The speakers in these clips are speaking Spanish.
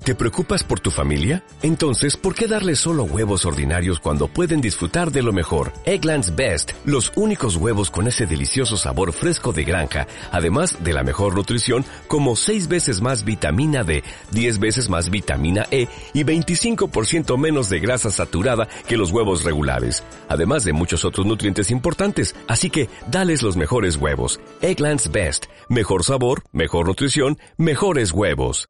¿Te preocupas por tu familia? Entonces, ¿por qué darles solo huevos ordinarios cuando pueden disfrutar de lo mejor? Eggland's Best, los únicos huevos con ese delicioso sabor fresco de granja, además de la mejor nutrición, como 6 veces más vitamina D, 10 veces más vitamina E y 25% menos de grasa saturada que los huevos regulares, además de muchos otros nutrientes importantes. Así que, dales los mejores huevos. Eggland's Best, mejor sabor, mejor nutrición, mejores huevos.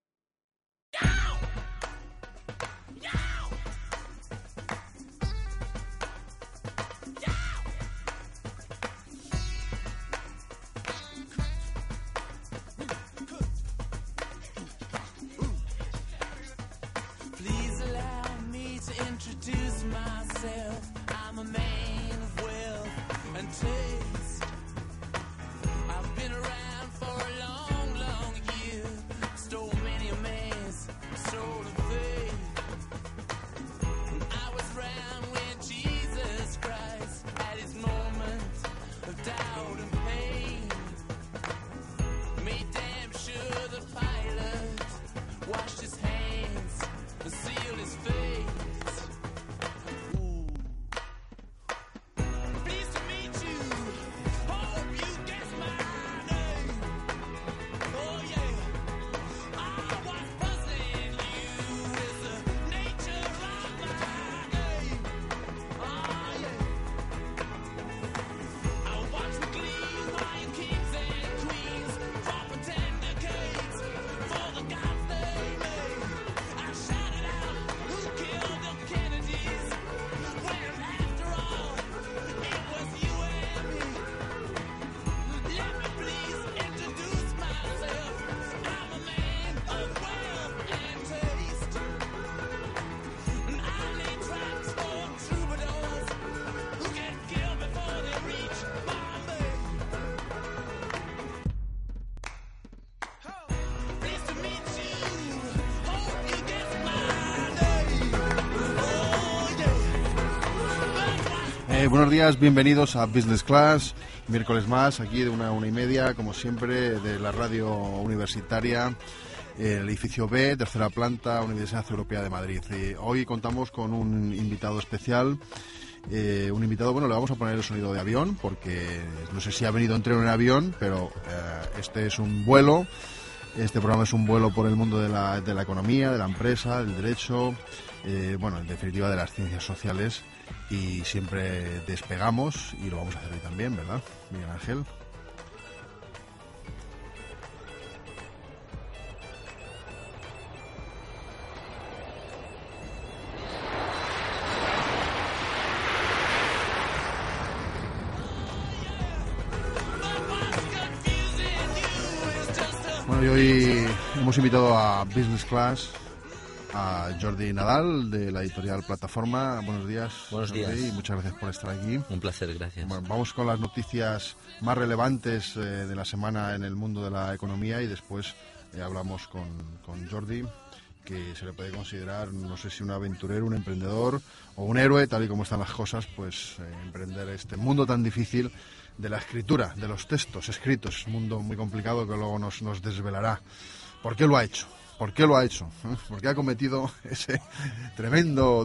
Buenos días, bienvenidos a Business Class, miércoles más, aquí de 1:30, como siempre, de la radio universitaria, el edificio B, tercera planta, Universidad Europea de Madrid. Hoy contamos con un invitado especial, un invitado, bueno, le vamos a poner el sonido de avión, porque no sé si ha venido en tren o en avión, pero este es un vuelo. Este programa es un vuelo por el mundo de la economía, de la empresa, del derecho, bueno, en definitiva de las ciencias sociales, y siempre despegamos y lo vamos a hacer hoy también, ¿verdad, Miguel Ángel? Bueno, y hoy hemos invitado a Business Class a Jordi Nadal, de la editorial Plataforma. Buenos días. Buenos días. Jordi, y muchas gracias por estar aquí. Un placer, gracias. Bueno, vamos con las noticias más relevantes de la semana en el mundo de la economía, y después hablamos con Jordi, que se le puede considerar, no sé si un aventurero, un emprendedor o un héroe, tal y como están las cosas, pues emprender este mundo tan difícil de la escritura, de los textos escritos, un mundo muy complicado que luego nos desvelará. ¿Por qué lo ha hecho? ¿Por qué lo ha hecho? ¿Por qué ha cometido ese tremendo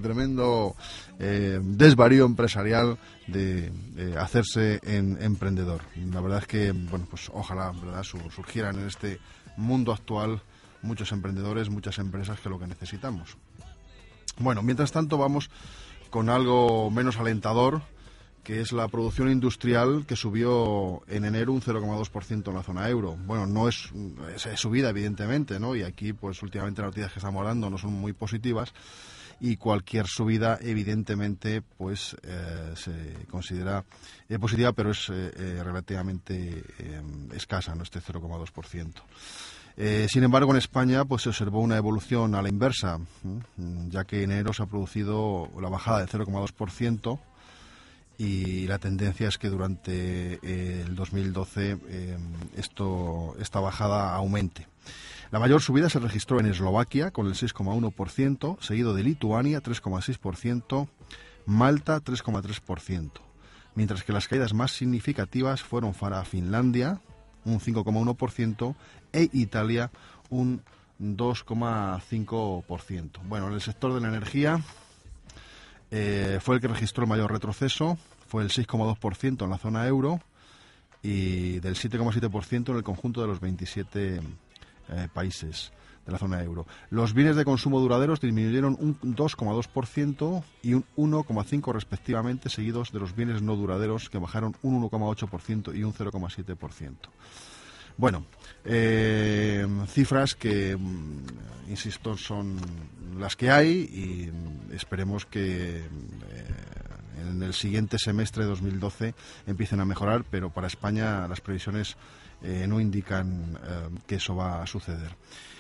desvarío empresarial de hacerse en emprendedor? La verdad es que, bueno, pues ojalá, ¿verdad?, surgieran en este mundo actual muchos emprendedores, muchas empresas, que es lo que necesitamos. Bueno, mientras tanto vamos con algo menos alentador, que es la producción industrial, que subió en enero un 0,2% en la zona euro. Bueno, no es subida, evidentemente, ¿no? Y aquí, pues últimamente las noticias que estamos dando no son muy positivas, y cualquier subida, evidentemente, pues se considera positiva, pero es relativamente escasa, ¿no?, este 0,2%. Sin embargo, en España pues se observó una evolución a la inversa, ya que en enero se ha producido la bajada del 0,2%, y la tendencia es que durante el 2012 esta bajada aumente. La mayor subida se registró en Eslovaquia, con el 6,1%, seguido de Lituania, 3,6%, Malta, 3,3%, mientras que las caídas más significativas fueron para Finlandia, un 5,1%, e Italia, un 2,5%. Bueno, en el sector de la energía fue el que registró el mayor retroceso, fue el 6,2% en la zona euro y del 7,7% en el conjunto de los 27 países de la zona euro. Los bienes de consumo duraderos disminuyeron un 2,2% y un 1,5% respectivamente, seguidos de los bienes no duraderos, que bajaron un 1,8% y un 0,7%. Bueno, cifras que, insisto, son las que hay y esperemos que en el siguiente semestre de 2012 empiecen a mejorar, pero para España las previsiones no indican que eso va a suceder.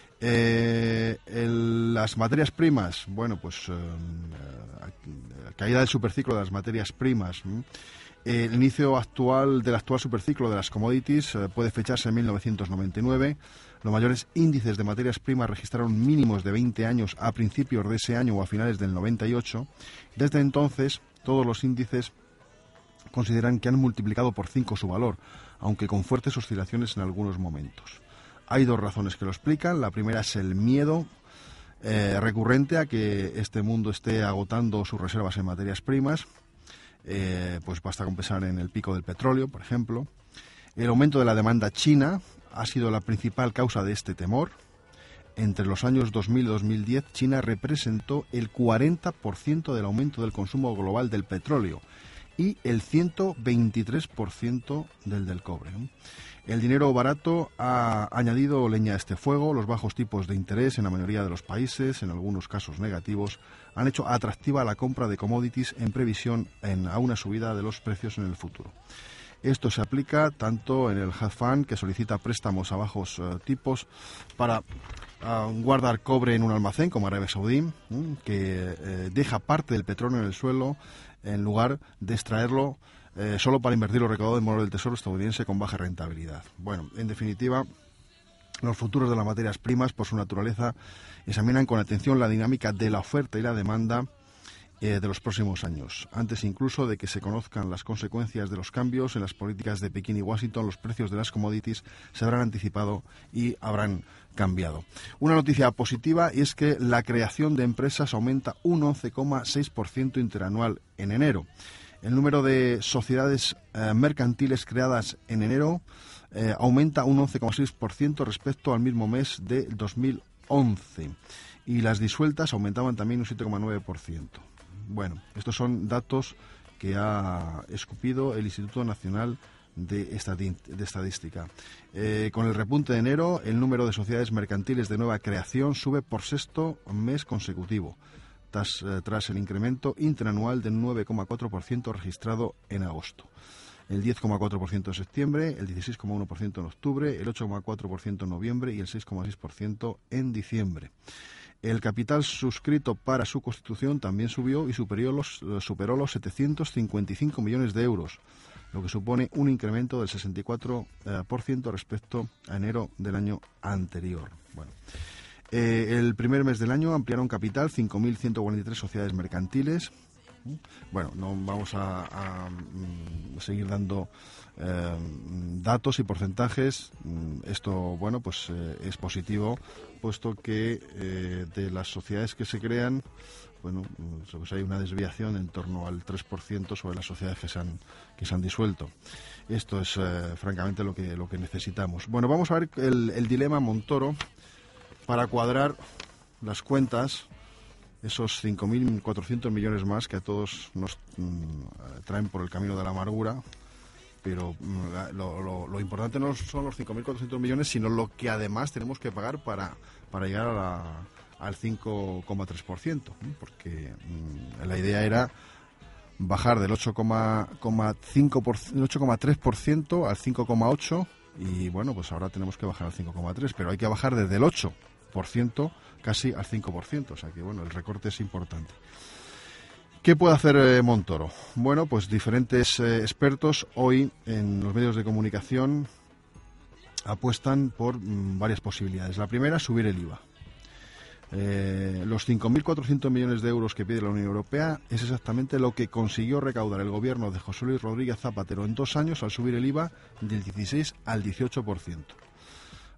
Las materias primas, bueno, pues caída del superciclo de las materias primas. El inicio del actual superciclo de las commodities puede fecharse en 1999. Los mayores índices de materias primas registraron mínimos de 20 años a principios de ese año o a finales del 98. Desde entonces, todos los índices consideran que han multiplicado por 5 su valor, aunque con fuertes oscilaciones en algunos momentos. Hay dos razones que lo explican. La primera es el miedo recurrente a que este mundo esté agotando sus reservas en materias primas. Pues basta con pensar en el pico del petróleo, por ejemplo. El aumento de la demanda china ha sido la principal causa de este temor. Entre los años 2000 y 2010, China representó el 40% del aumento del consumo global del petróleo y el 123% del cobre, ¿no? El dinero barato ha añadido leña a este fuego. Los bajos tipos de interés en la mayoría de los países, en algunos casos negativos, han hecho atractiva la compra de commodities en previsión a una subida de los precios en el futuro. Esto se aplica tanto en el hedge fund, que solicita préstamos a bajos tipos para guardar cobre en un almacén, como Arabia Saudí, que deja parte del petróleo en el suelo en lugar de extraerlo solo para invertirlo recaudado en bonos del Tesoro estadounidense con baja rentabilidad. Bueno, en definitiva, los futuros de las materias primas, por su naturaleza, examinan con atención la dinámica de la oferta y la demanda de los próximos años. Antes incluso de que se conozcan las consecuencias de los cambios en las políticas de Pekín y Washington, los precios de las commodities se habrán anticipado y habrán cambiado. Una noticia positiva es que la creación de empresas aumenta un 11,6% interanual en enero. El número de sociedades mercantiles creadas en enero aumenta un 11,6% respecto al mismo mes de 2011. Y las disueltas aumentaban también un 7,9%. Bueno, estos son datos que ha escupido el Instituto Nacional de Estadística. Con el repunte de enero, el número de sociedades mercantiles de nueva creación sube por sexto mes consecutivo, tras el incremento interanual del 9,4% registrado en agosto. El 10,4% en septiembre, el 16,1% en octubre, el 8,4% en noviembre y el 6,6% en diciembre. El capital suscrito para su constitución también subió y superó los 755 millones de euros, lo que supone un incremento del 64% respecto a enero del año anterior. Bueno, el primer mes del año ampliaron capital 5.143 sociedades mercantiles. Bueno, no vamos a seguir dando datos y porcentajes. Esto, bueno, pues es positivo, puesto que de las sociedades que se crean, bueno, pues hay una desviación en torno al 3% sobre las sociedades que se han disuelto. Esto es francamente lo que necesitamos. Bueno, vamos a ver el dilema Montoro para cuadrar las cuentas, esos 5.400 millones más que a todos nos traen por el camino de la amargura. Pero lo importante no son los 5.400 millones, sino lo que además tenemos que pagar para llegar al 5,3%, porque la idea era bajar del 8,3% al 5,8%, y bueno, pues ahora tenemos que bajar al 5,3%, pero hay que bajar desde el 8% casi al 5%, o sea que bueno, el recorte es importante. ¿Qué puede hacer Montoro? Bueno, pues diferentes expertos hoy en los medios de comunicación apuestan por varias posibilidades. La primera, subir el IVA. Los 5.400 millones de euros que pide la Unión Europea es exactamente lo que consiguió recaudar el gobierno de José Luis Rodríguez Zapatero en 2 años al subir el IVA del 16 al 18%.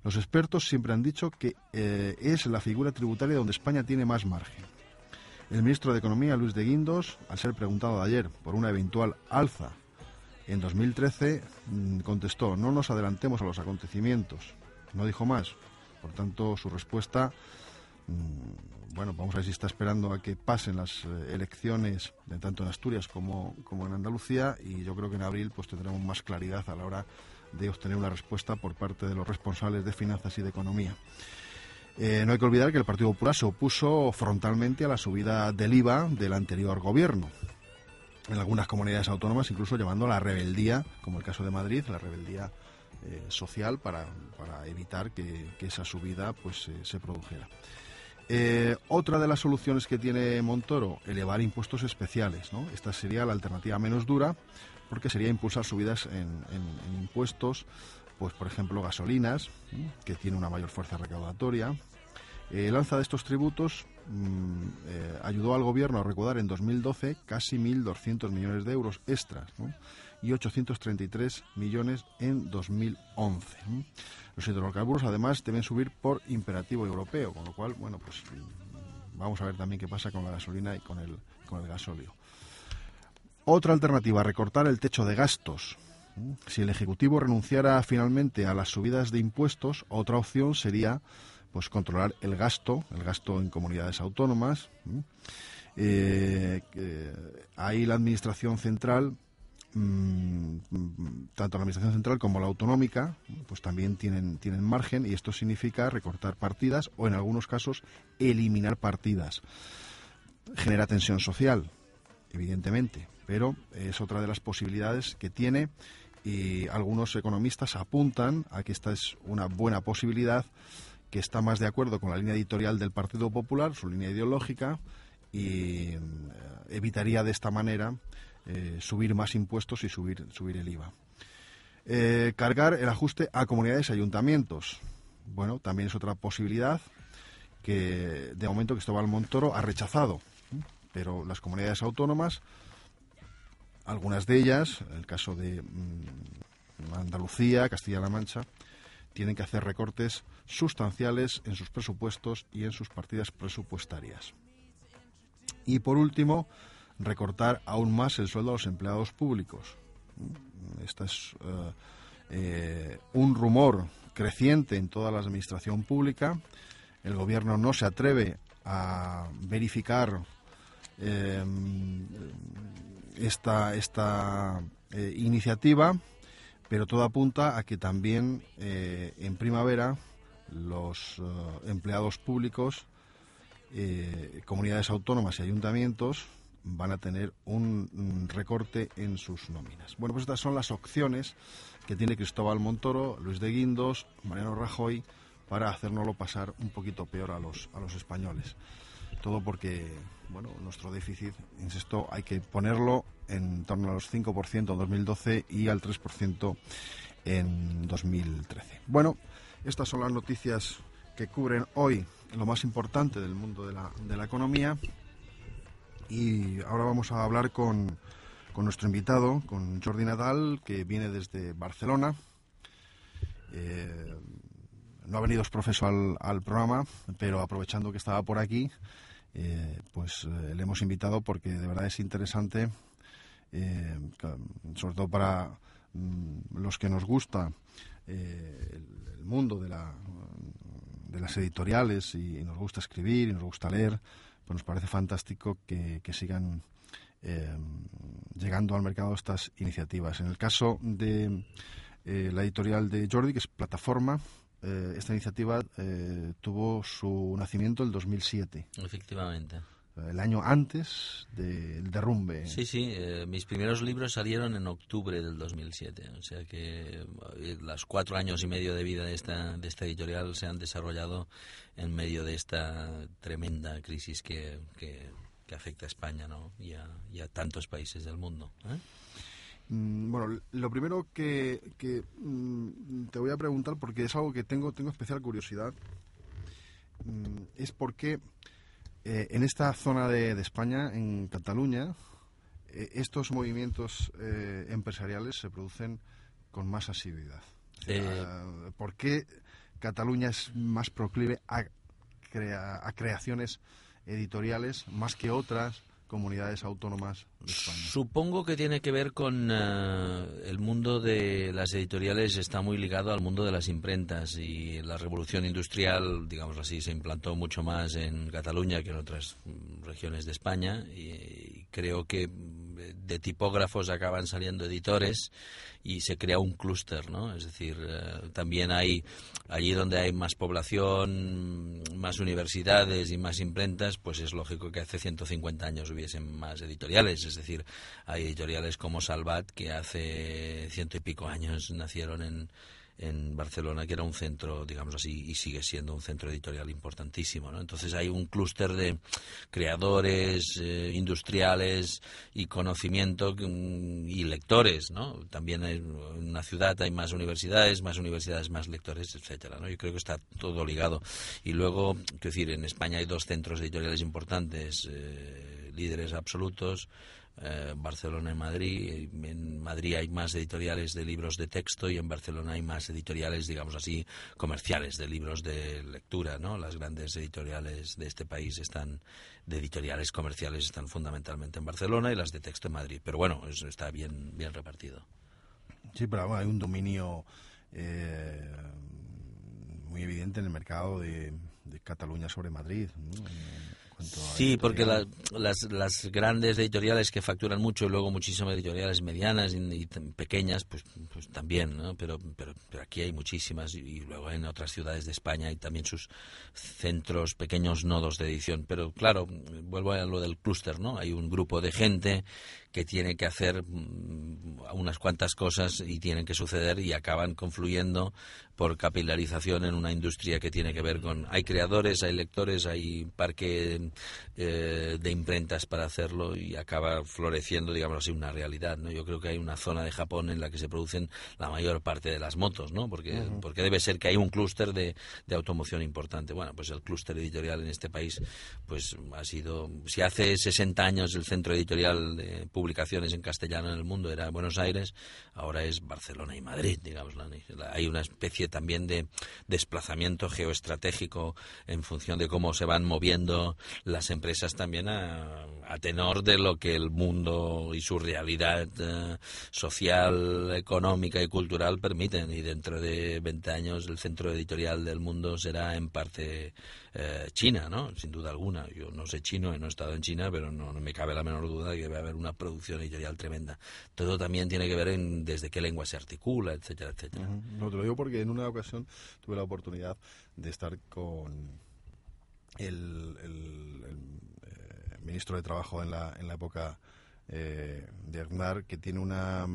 Los expertos siempre han dicho que es la figura tributaria donde España tiene más margen. El ministro de Economía, Luis de Guindos, al ser preguntado ayer por una eventual alza en 2013, contestó: no nos adelantemos a los acontecimientos. No dijo más. Por tanto, su respuesta, bueno, vamos a ver si está esperando a que pasen las elecciones, tanto en Asturias como en Andalucía, y yo creo que en abril pues tendremos más claridad a la hora de obtener una respuesta por parte de los responsables de finanzas y de economía. No hay que olvidar que el Partido Popular se opuso frontalmente a la subida del IVA del anterior gobierno. En algunas comunidades autónomas incluso llevando a la rebeldía, como el caso de Madrid, la rebeldía social para evitar que esa subida pues se produjera. Otra de las soluciones que tiene Montoro, elevar impuestos especiales, ¿no? Esta sería la alternativa menos dura, porque sería impulsar subidas en impuestos, pues por ejemplo gasolinas, que tiene una mayor fuerza recaudatoria. El alza de estos tributos ayudó al gobierno a recaudar en 2012 casi 1.200 millones de euros extras, ¿no? Y 833 millones en 2011. Los hidrocarburos además deben subir por imperativo europeo, con lo cual, bueno, pues vamos a ver también qué pasa con la gasolina y con el gasóleo. Otra alternativa, recortar el techo de gastos. Si el Ejecutivo renunciara finalmente a las subidas de impuestos, otra opción sería pues controlar el gasto en comunidades autónomas. Ahí la Administración Central, tanto la Administración Central como la autonómica, pues también tienen margen, y esto significa recortar partidas o en algunos casos eliminar partidas. Genera tensión social, evidentemente, pero es otra de las posibilidades que tiene, y algunos economistas apuntan a que esta es una buena posibilidad, que está más de acuerdo con la línea editorial del Partido Popular, su línea ideológica, y evitaría de esta manera subir más impuestos y subir el IVA. Cargar el ajuste a comunidades y ayuntamientos. Bueno, también es otra posibilidad que de momento Cristóbal Montoro ha rechazado, pero las comunidades autónomas, algunas de ellas, en el caso de Andalucía, Castilla-La Mancha, tienen que hacer recortes sustanciales en sus presupuestos y en sus partidas presupuestarias. Y por último, recortar aún más el sueldo a los empleados públicos. Este es un rumor creciente en toda la administración pública. El gobierno no se atreve a verificar esta iniciativa, pero todo apunta a que también en primavera los empleados públicos, comunidades autónomas y ayuntamientos van a tener un recorte en sus nóminas. Bueno, pues estas son las opciones que tiene Cristóbal Montoro, Luis de Guindos, Mariano Rajoy, para hacérnoslo pasar un poquito peor a los españoles. Todo porque, bueno, nuestro déficit, insisto, hay que ponerlo en torno a los 5% en 2012 y al 3% en 2013. Bueno, estas son las noticias que cubren hoy lo más importante del mundo de la economía. Y ahora vamos a hablar con nuestro invitado, con Jordi Nadal, que viene desde Barcelona. No ha venido profeso al programa, pero aprovechando que estaba por aquí, le hemos invitado porque de verdad es interesante, sobre todo para los que nos gusta el mundo de las editoriales, y nos gusta escribir y nos gusta leer. Pues nos parece fantástico que sigan llegando al mercado estas iniciativas. En el caso de la editorial de Jordi, que es Plataforma, esta iniciativa tuvo su nacimiento en el 2007. Efectivamente. El año antes del derrumbe. Sí, mis primeros libros salieron en octubre del 2007, o sea que los 4 años y medio de vida de esta editorial se han desarrollado en medio de esta tremenda crisis que afecta a España, ¿no? y a tantos países del mundo. Bueno, lo primero que te voy a preguntar, porque es algo que tengo especial curiosidad, es por qué en esta zona de España, en Cataluña, estos movimientos empresariales se producen con más asiduidad. ¿Por qué Cataluña es más proclive a creaciones editoriales más que otras comunidades autónomas de España? Supongo que tiene que ver con el mundo de las editoriales, está muy ligado al mundo de las imprentas, y la revolución industrial, digamos así, se implantó mucho más en Cataluña que en otras regiones de España, y creo que de tipógrafos acaban saliendo editores y se crea un clúster, ¿no? Es decir, también hay allí donde hay más población, más universidades y más imprentas, pues es lógico que hace 150 años hubiesen más editoriales. Es decir, hay editoriales como Salvat, que hace 100 y pico años nacieron en Barcelona, que era un centro, digamos así, y sigue siendo un centro editorial importantísimo, ¿no? Entonces hay un clúster de creadores, industriales y conocimiento y lectores, ¿no? También en una ciudad hay más universidades, más lectores, etcétera, ¿no? Yo creo que está todo ligado. Y luego, quiero decir, en España hay 2 centros editoriales importantes, líderes absolutos, Barcelona y Madrid. En Madrid hay más editoriales de libros de texto y en Barcelona hay más editoriales, digamos así, comerciales, de libros de lectura, ¿no? Las grandes editoriales de este país de editoriales comerciales están fundamentalmente en Barcelona y las de texto en Madrid. Pero bueno, eso está bien repartido. Sí, pero bueno, hay un dominio muy evidente en el mercado de Cataluña sobre Madrid, ¿no? Sí, porque las grandes editoriales que facturan mucho y luego muchísimas editoriales medianas y pequeñas, pues también, ¿no? Pero aquí hay muchísimas, y luego en otras ciudades de España hay también sus centros, pequeños nodos de edición. Pero claro, vuelvo a lo del clúster, ¿no? Hay un grupo de gente que tiene que hacer unas cuantas cosas y tienen que suceder y acaban confluyendo por capilarización en una industria que tiene que ver con... Hay creadores, hay lectores, hay parque de imprentas para hacerlo y acaba floreciendo, digamos así, una realidad, ¿no? Yo creo que hay una zona de Japón en la que se producen la mayor parte de las motos, ¿no? Porque debe ser que hay un clúster de automoción importante. Bueno, pues el clúster editorial en este país pues ha sido... Si hace 60 años el centro editorial de publicaciones en castellano en el mundo era Buenos Aires, ahora es Barcelona y Madrid, digamos. Hay una especie también de desplazamiento geoestratégico en función de cómo se van moviendo las empresas también a tenor de lo que el mundo y su realidad social, económica y cultural permiten. Y dentro de 20 años el centro editorial del mundo será en parte China, ¿no? Sin duda alguna. Yo no sé chino y no he estado en China, pero no me cabe la menor duda de que va a haber una producción editorial tremenda. Todo también tiene que ver desde qué lengua se articula, etcétera, etcétera. No, te lo digo porque en una ocasión tuve la oportunidad de estar con el ministro de Trabajo en la época de Aznar, que tiene una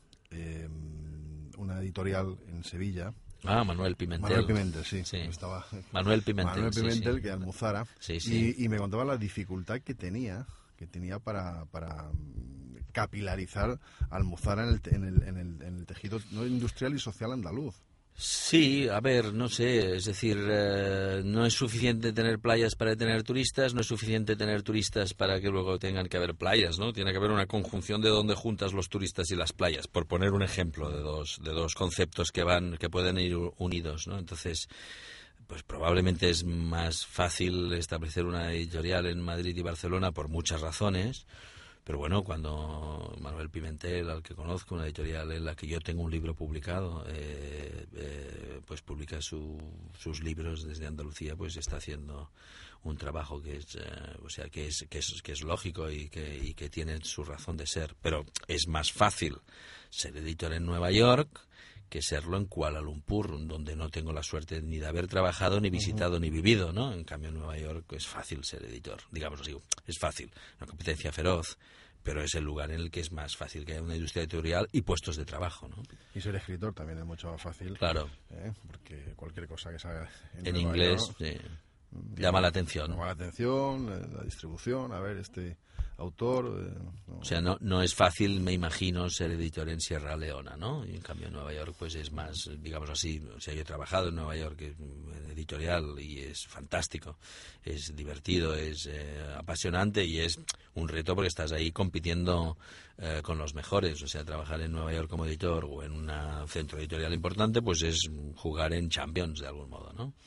editorial en Sevilla. Manuel Pimentel. Manuel Pimentel, sí. Manuel Pimentel, sí. Que Almuzara. Sí, sí. Y me contaba la dificultad que tenía para capilarizar Almuzara en el tejido industrial y social andaluz. Sí, a ver, no sé, es decir, no es suficiente tener playas para tener turistas, no es suficiente tener turistas para que luego tengan que haber playas, ¿no? Tiene que haber una conjunción de donde juntas los turistas y las playas, por poner un ejemplo de dos conceptos que pueden ir unidos, ¿no? Entonces, pues probablemente es más fácil establecer una editorial en Madrid y Barcelona por muchas razones. Pero bueno, cuando Manuel Pimentel, al que conozco, una editorial en la que yo tengo un libro publicado, pues publica sus libros desde Andalucía, pues está haciendo un trabajo que es lógico y que tiene su razón de ser. Pero es más fácil ser editor en Nueva York que serlo en Kuala Lumpur, donde no tengo la suerte ni de haber trabajado, ni visitado, ni vivido, ¿no? En cambio, en Nueva York es fácil ser editor, digamos así, es fácil, una competencia feroz, pero es el lugar en el que es más fácil que haya una industria editorial y puestos de trabajo, ¿no? Y ser escritor también es mucho más fácil. Claro. Porque cualquier cosa que salga en inglés, York, sí. Llama la atención. Llama la atención, la distribución, a ver, este autor... O sea, no es fácil, me imagino, ser editor en Sierra Leona, ¿no? Y en cambio en Nueva York pues es más, digamos así, o sea, yo he trabajado en Nueva York en editorial y es fantástico, es divertido, es apasionante y es un reto porque estás ahí compitiendo con los mejores. O sea, trabajar en Nueva York como editor o en un centro editorial importante pues es jugar en Champions de algún modo, ¿no?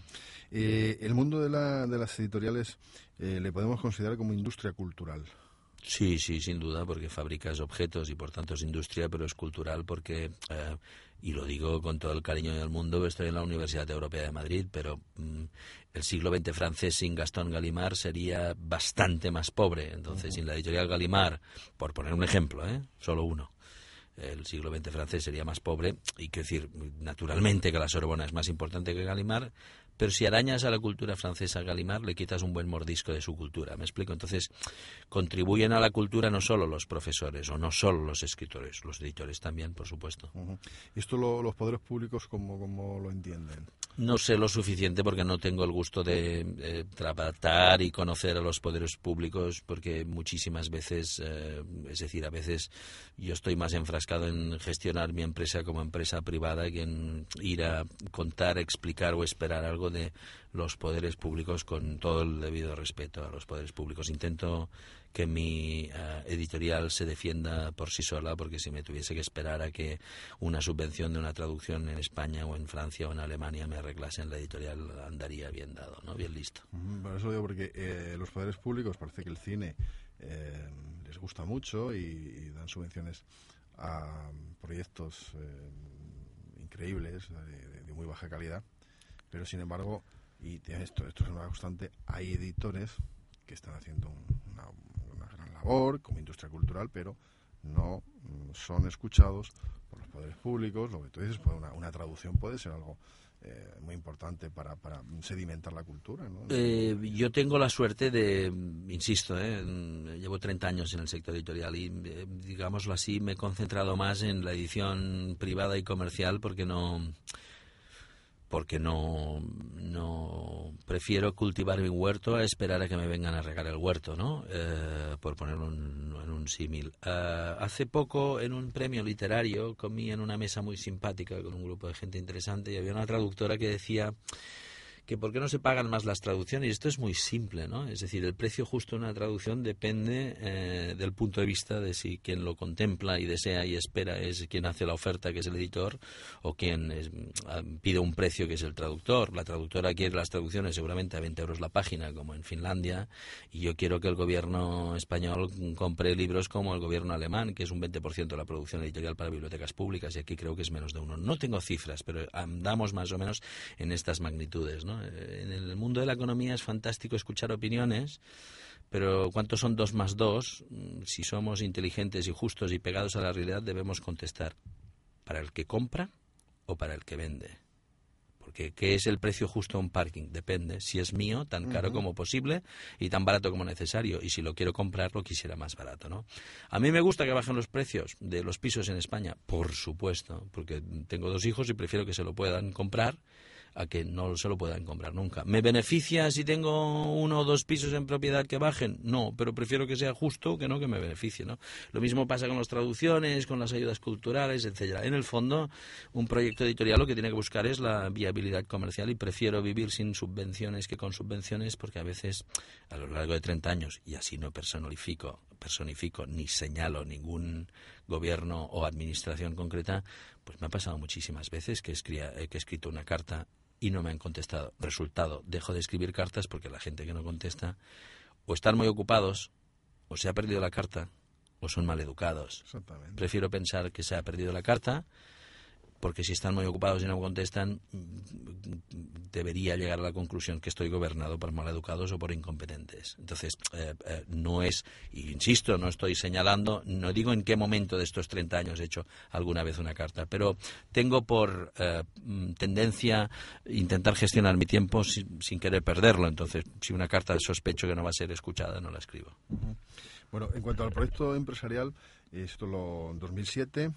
El mundo de las editoriales le podemos considerar como industria cultural. Sí, sin duda, porque fabricas objetos y por tanto es industria, pero es cultural porque, y lo digo con todo el cariño del mundo, estoy en la Universidad Europea de Madrid, pero el siglo XX francés sin Gaston Gallimard sería bastante más pobre. Entonces, sin la editorial Gallimard, por poner un ejemplo, solo uno, el siglo XX francés sería más pobre, y quiero decir, naturalmente que la Sorbona es más importante que Gallimard, pero si arañas a la cultura francesa a Gallimard, le quitas un buen mordisco de su cultura, ¿me explico? Entonces, contribuyen a la cultura no solo los profesores o no solo los escritores, los editores también, por supuesto. ¿Esto los poderes públicos cómo lo entienden? No sé lo suficiente porque no tengo el gusto de tratar y conocer a los poderes públicos, porque muchísimas veces, es decir, a veces yo estoy más enfrascado en gestionar mi empresa como empresa privada que en ir a contar, explicar o esperar algo de los poderes públicos, con todo el debido respeto a los poderes públicos. Intento que mi editorial se defienda por sí sola, porque si me tuviese que esperar a que una subvención de una traducción en España o en Francia o en Alemania me arreglase en la editorial, andaría bien dado, ¿no? Bien listo. Por eso digo, porque los poderes públicos, parece que el cine les gusta mucho y dan subvenciones a proyectos increíbles, de muy baja calidad, pero sin embargo, y esto es una constante, hay editores que están haciendo una gran labor como industria cultural, pero no son escuchados por los poderes públicos. Lo que tú dices, pues una traducción puede ser algo muy importante para sedimentar la cultura, ¿no? Yo tengo la suerte de, insisto, llevo 30 años en el sector editorial y, digámoslo así, me he concentrado más en la edición privada y comercial porque no prefiero cultivar mi huerto a esperar a que me vengan a regar el huerto, ¿no? Por ponerlo en un símil. Hace poco, en un premio literario, comí en una mesa muy simpática con un grupo de gente interesante y había una traductora que decía que por qué no se pagan más las traducciones. Y esto es muy simple, ¿no? Es decir, el precio justo de una traducción depende del punto de vista de si quien lo contempla y desea y espera es quien hace la oferta, que es el editor, o quien pide un precio, que es el traductor. La traductora quiere las traducciones seguramente a 20 euros la página, como en Finlandia, y yo quiero que el gobierno español compre libros como el gobierno alemán, que es un 20% de la producción editorial para bibliotecas públicas, y aquí creo que es menos de uno. No tengo cifras, pero andamos más o menos en estas magnitudes, ¿no? En el mundo de la economía es fantástico escuchar opiniones, pero ¿cuántos son 2 más 2? Si somos inteligentes y justos y pegados a la realidad, debemos contestar: ¿para el que compra o para el que vende? Porque ¿qué es el precio justo a un parking? Depende. Si es mío, tan caro como posible y tan barato como necesario. Y si lo quiero comprar, lo quisiera más barato, ¿no? A mí me gusta que bajen los precios de los pisos en España, por supuesto, porque tengo 2 hijos y prefiero que se lo puedan comprar a que no se lo puedan comprar nunca. ¿Me beneficia si tengo 1 o 2 pisos en propiedad que bajen? No, pero prefiero que sea justo que no que me beneficie, ¿no? Lo mismo pasa con las traducciones, con las ayudas culturales, etcétera. En el fondo, un proyecto editorial lo que tiene que buscar es la viabilidad comercial, y prefiero vivir sin subvenciones que con subvenciones, porque a veces, a lo largo de 30 años, y así no personifico ni señalo ningún gobierno o administración concreta, pues me ha pasado muchísimas veces que he escrito una carta y no me han contestado. Resultado, dejo de escribir cartas porque la gente que no contesta o están muy ocupados, o se ha perdido la carta, o son maleducados. Exactamente. Prefiero pensar que se ha perdido la carta, porque si están muy ocupados y no contestan, debería llegar a la conclusión que estoy gobernado por maleducados o por incompetentes. Entonces, no es, insisto, no estoy señalando, no digo en qué momento de estos 30 años he hecho alguna vez una carta, pero tengo por tendencia intentar gestionar mi tiempo sin querer perderlo. Entonces, si una carta sospecho que no va a ser escuchada, no la escribo. Bueno, en cuanto al proyecto empresarial, esto en 2007...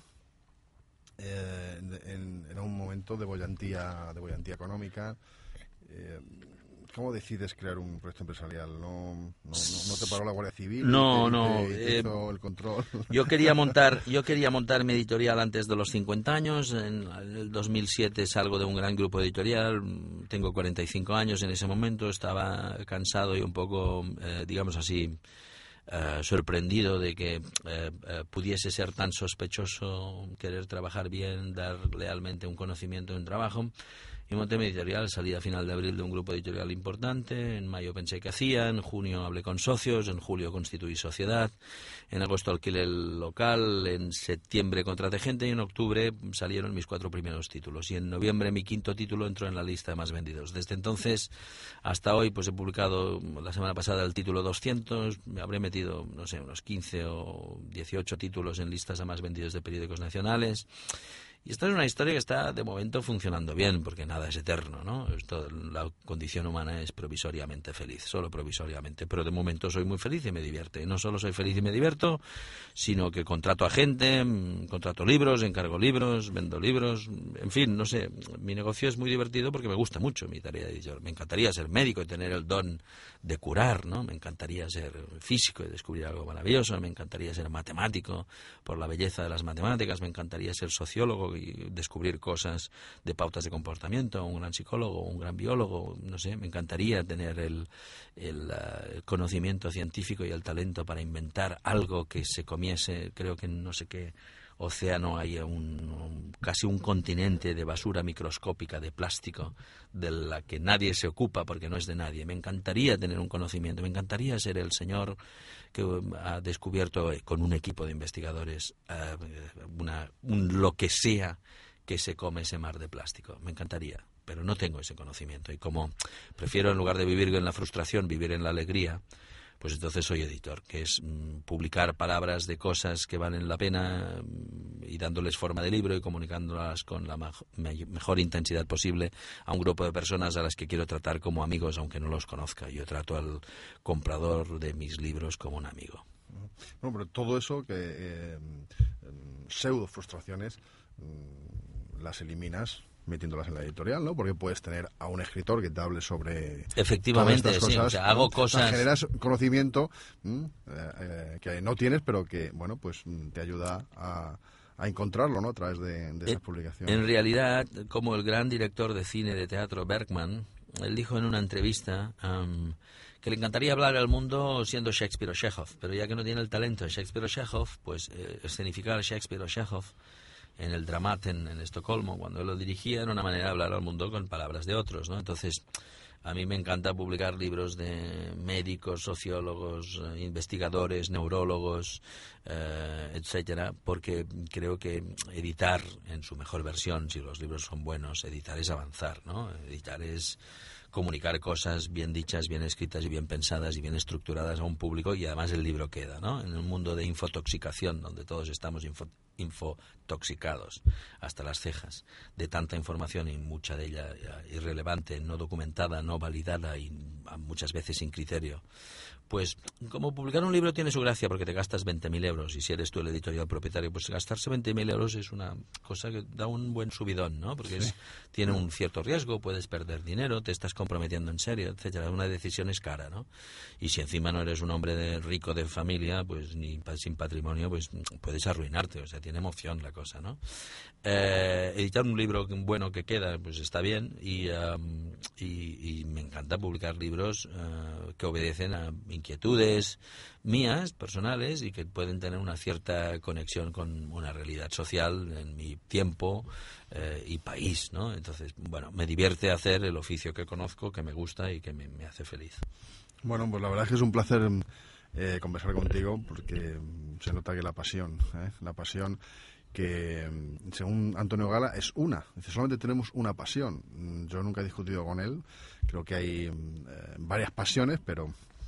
era un momento de bollantía económica. ¿Cómo decides crear un proyecto empresarial? ¿No te paró la Guardia Civil? No, te hizo el control. Yo quería montar mi editorial antes de los 50 años. En el 2007 salgo de un gran grupo editorial. Tengo 45 años en ese momento. Estaba cansado y un poco, digamos así, sorprendido de que pudiese ser tan sospechoso querer trabajar bien, dar lealmente un conocimiento en trabajo. Y monté mi editorial, salí a final de abril de un grupo editorial importante, en mayo pensé que hacía, en junio hablé con socios, en julio constituí sociedad, en agosto alquilé el local, en septiembre contraté gente y en octubre salieron mis 4 primeros títulos. Y en noviembre mi 5º título entró en la lista de más vendidos. Desde entonces hasta hoy pues he publicado la semana pasada el título 200, me habré metido, no sé, unos 15 o 18 títulos en listas a más vendidos de periódicos nacionales. Y esta es una historia que está de momento funcionando bien, porque nada es eterno, ¿no? La condición humana es provisoriamente feliz, solo provisoriamente, pero de momento soy muy feliz y me divierte. Y no solo soy feliz y me divierto, sino que contrato a gente, contrato libros, encargo libros, vendo libros, en fin, no sé, mi negocio es muy divertido porque me gusta mucho mi tarea de editor. Me encantaría ser médico y tener el don de curar, ¿no? Me encantaría ser físico y descubrir algo maravilloso, me encantaría ser matemático por la belleza de las matemáticas, me encantaría ser sociólogo y descubrir cosas de pautas de comportamiento, un gran psicólogo, un gran biólogo, no sé, me encantaría tener el conocimiento científico y el talento para inventar algo que se comiese. Creo que no sé qué océano hay casi un continente de basura microscópica de plástico de la que nadie se ocupa porque no es de nadie. Me encantaría tener un conocimiento, me encantaría ser el señor que ha descubierto con un equipo de investigadores lo que sea que se come ese mar de plástico. Me encantaría, pero no tengo ese conocimiento. Y como prefiero, en lugar de vivir en la frustración, vivir en la alegría, pues entonces soy editor, que es publicar palabras de cosas que valen la pena y dándoles forma de libro y comunicándolas con la mejor intensidad posible a un grupo de personas a las que quiero tratar como amigos, aunque no los conozca. Yo trato al comprador de mis libros como un amigo. Bueno, pero todo eso, que pseudo frustraciones, las eliminas metiéndolas en la editorial, ¿no? Porque puedes tener a un escritor que te hable sobre efectivamente todas estas cosas, sí, o sea, hago cosas, o sea, generas conocimiento que no tienes, pero que, bueno, pues te ayuda a encontrarlo, ¿no? A través de esas publicaciones. En realidad, como el gran director de cine de teatro Bergman, él dijo en una entrevista que le encantaría hablar al mundo siendo Shakespeare o Chekhov, pero ya que no tiene el talento de Shakespeare o Chekhov, pues escenificar Shakespeare o Chekhov en el Dramaten en Estocolmo, cuando él lo dirigía, era una manera de hablar al mundo con palabras de otros, ¿no? Entonces, a mí me encanta publicar libros de médicos, sociólogos, investigadores, neurólogos, etcétera, porque creo que editar en su mejor versión, si los libros son buenos, editar es avanzar, ¿no? Editar es comunicar cosas bien dichas, bien escritas y bien pensadas y bien estructuradas a un público, y además el libro queda, ¿no? En un mundo de infotoxicación donde todos estamos infotoxicados hasta las cejas de tanta información, y mucha de ella irrelevante, no documentada, no validada y muchas veces sin criterio. Pues como publicar un libro tiene su gracia porque te gastas 20.000 euros, y si eres tú el editorial propietario, pues gastarse 20.000 euros es una cosa que da un buen subidón, ¿no? Porque sí, tiene un cierto riesgo, puedes perder dinero, te estás comprometiendo en serio, etcétera. Una decisión es cara, ¿no? Y si encima no eres un hombre rico de familia, pues ni sin patrimonio, pues puedes arruinarte. O sea, tiene emoción la cosa, ¿no? Editar un libro bueno que queda, pues está bien, y me encanta publicar libros que obedecen a inquietudes mías, personales, y que pueden tener una cierta conexión con una realidad social en mi tiempo y país, ¿no? Entonces, bueno, me divierte hacer el oficio que conozco, que me gusta y que me hace feliz. Bueno, pues la verdad es que es un placer conversar contigo, porque se nota que la pasión que, según Antonio Gala, es una. Dice, solamente tenemos una pasión. Yo nunca he discutido con él. Creo que hay varias pasiones, pero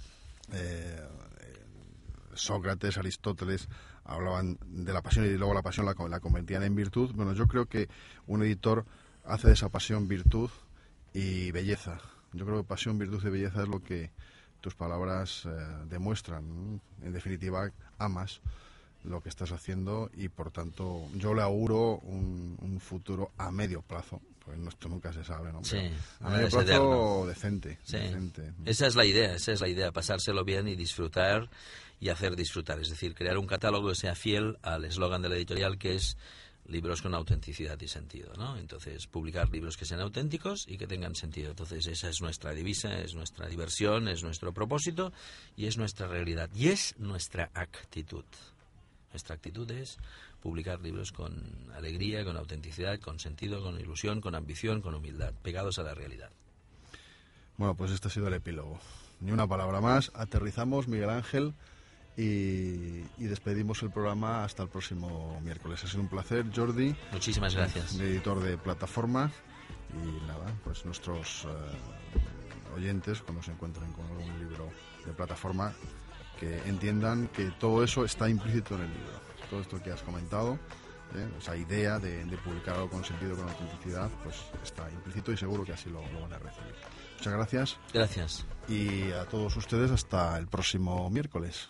Sócrates, Aristóteles hablaban de la pasión y luego la pasión la convertían en virtud. Bueno, yo creo que un editor hace de esa pasión virtud y belleza. Yo creo que pasión, virtud y belleza es lo que tus palabras demuestran. En definitiva, amas lo que estás haciendo y, por tanto, yo le auguro un futuro a medio plazo, Pues esto nunca se sabe, ¿no? Sí, a medio plazo, decente. Esa es la idea, pasárselo bien y disfrutar y hacer disfrutar. Es decir, crear un catálogo que sea fiel al eslogan de la editorial, que es libros con autenticidad y sentido, ¿no? Entonces, publicar libros que sean auténticos y que tengan sentido. Entonces, esa es nuestra divisa, es nuestra diversión, es nuestro propósito y es nuestra realidad. Y es nuestra actitud. Nuestra actitud es publicar libros con alegría, con autenticidad, con sentido, con ilusión, con ambición, con humildad, pegados a la realidad. Bueno, pues este ha sido el epílogo. Ni una palabra más. Aterrizamos, Miguel Ángel, y despedimos el programa hasta el próximo miércoles. Ha sido un placer, Jordi. Muchísimas gracias. Editor de Plataforma. Y nada, pues nuestros oyentes, cuando se encuentren con algún libro de Plataforma, que entiendan que todo eso está implícito en el libro. Todo esto que has comentado, esa idea de publicar algo con sentido, con autenticidad, pues está implícito y seguro que así lo van a recibir. Muchas gracias. Gracias. Y a todos ustedes hasta el próximo miércoles.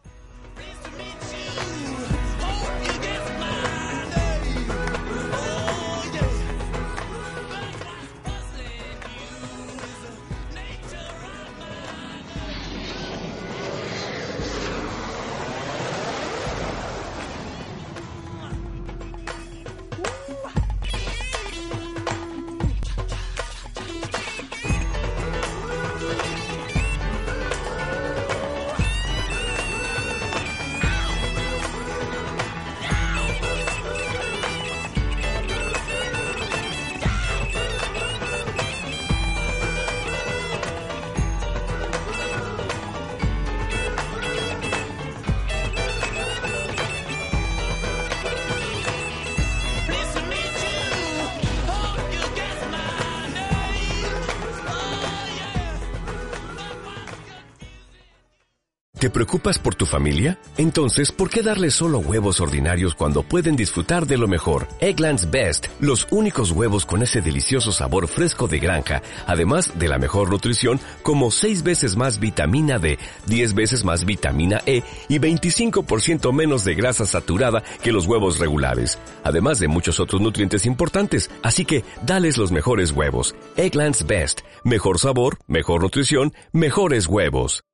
¿Te preocupas por tu familia? Entonces, ¿por qué darles solo huevos ordinarios cuando pueden disfrutar de lo mejor? Eggland's Best, los únicos huevos con ese delicioso sabor fresco de granja, además de la mejor nutrición, como 6 veces más vitamina D, 10 veces más vitamina E y 25% menos de grasa saturada que los huevos regulares, además de muchos otros nutrientes importantes. Así que, dales los mejores huevos. Eggland's Best, mejor sabor, mejor nutrición, mejores huevos.